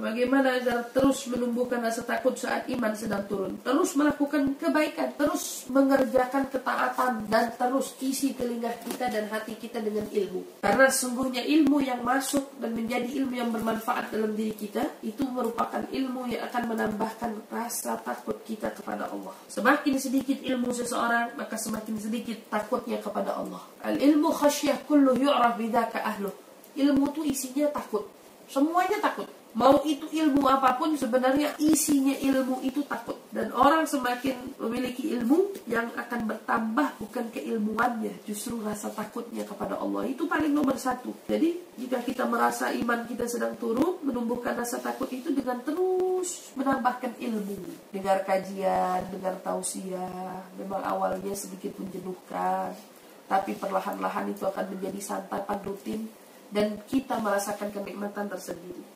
Bagaimana agar terus menumbuhkan rasa takut saat iman sedang turun? Terus melakukan kebaikan, terus mengerjakan ketaatan, dan terus isi telinga kita dan hati kita dengan ilmu. Karena sesungguhnya ilmu yang masuk dan menjadi ilmu yang bermanfaat dalam diri kita, itu merupakan ilmu yang akan menambahkan rasa takut kita kepada Allah. Semakin sedikit ilmu seseorang, maka semakin sedikit takutnya kepada Allah. Al-ilmu khasyah kullu yu'raf bidzaka ahluh. Ilmu itu isinya takut. Semuanya takut. Mau itu ilmu apapun, sebenarnya isinya ilmu itu takut. Dan orang semakin memiliki ilmu, yang akan bertambah bukan keilmuannya, justru rasa takutnya kepada Allah. Itu paling nomor satu. Jadi jika kita merasa iman kita sedang turun, menumbuhkan rasa takut itu dengan terus menambahkan ilmu. Dengar kajian, dengar tausiah. Memang awalnya sedikit menjenuhkan, tapi perlahan-lahan itu akan menjadi santapan rutin, dan kita merasakan kenikmatan tersendiri.